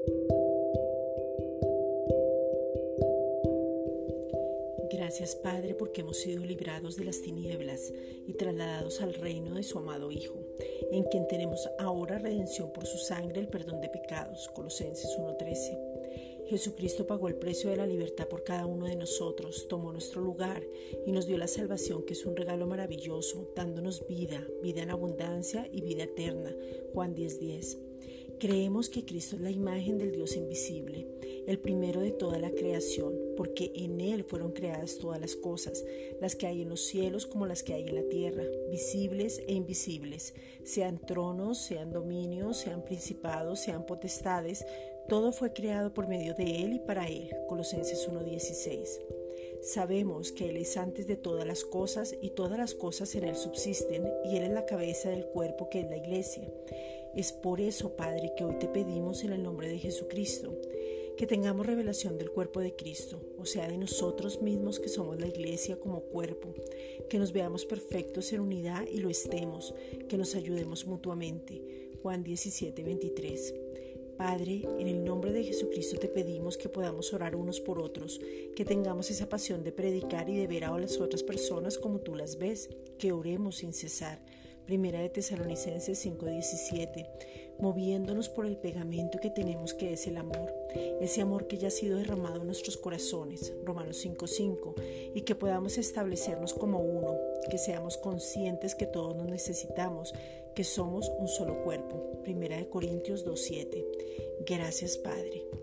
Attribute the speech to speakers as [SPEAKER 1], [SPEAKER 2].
[SPEAKER 1] Gracias, Padre, porque hemos sido librados de las tinieblas y trasladados al reino de su amado Hijo, en quien tenemos ahora redención por su sangre, el perdón de pecados. Colosenses 1:13. Jesucristo pagó el precio de la libertad por cada uno de nosotros, tomó nuestro lugar y nos dio la salvación, que es un regalo maravilloso, dándonos vida en abundancia y vida eterna. Juan 10:10. Creemos que Cristo es la imagen del Dios invisible, el primero de toda la creación, porque en Él fueron creadas todas las cosas, las que hay en los cielos como las que hay en la tierra, visibles e invisibles, sean tronos, sean dominios, sean principados, sean potestades. Todo fue creado por medio de Él y para Él. Colosenses 1:16. Sabemos que Él es antes de todas las cosas y todas las cosas en Él subsisten, y Él es la cabeza del cuerpo, que es la iglesia. Es por eso, Padre, que hoy te pedimos en el nombre de Jesucristo que tengamos revelación del cuerpo de Cristo, o sea, de nosotros mismos, que somos la iglesia como cuerpo, que nos veamos perfectos en unidad y lo estemos, que nos ayudemos mutuamente. Juan 17:23. Padre, en el nombre de Jesucristo te pedimos que podamos orar unos por otros, que tengamos esa pasión de predicar y de ver a las otras personas como tú las ves, que oremos sin cesar. Primera de Tesalonicenses 5:17, moviéndonos por el pegamento que tenemos, que es el amor, ese amor que ya ha sido derramado en nuestros corazones, Romanos 5:5, y que podamos establecernos como uno, que seamos conscientes que todos nos necesitamos, que somos un solo cuerpo, Primera de Corintios 2:7. Gracias, Padre.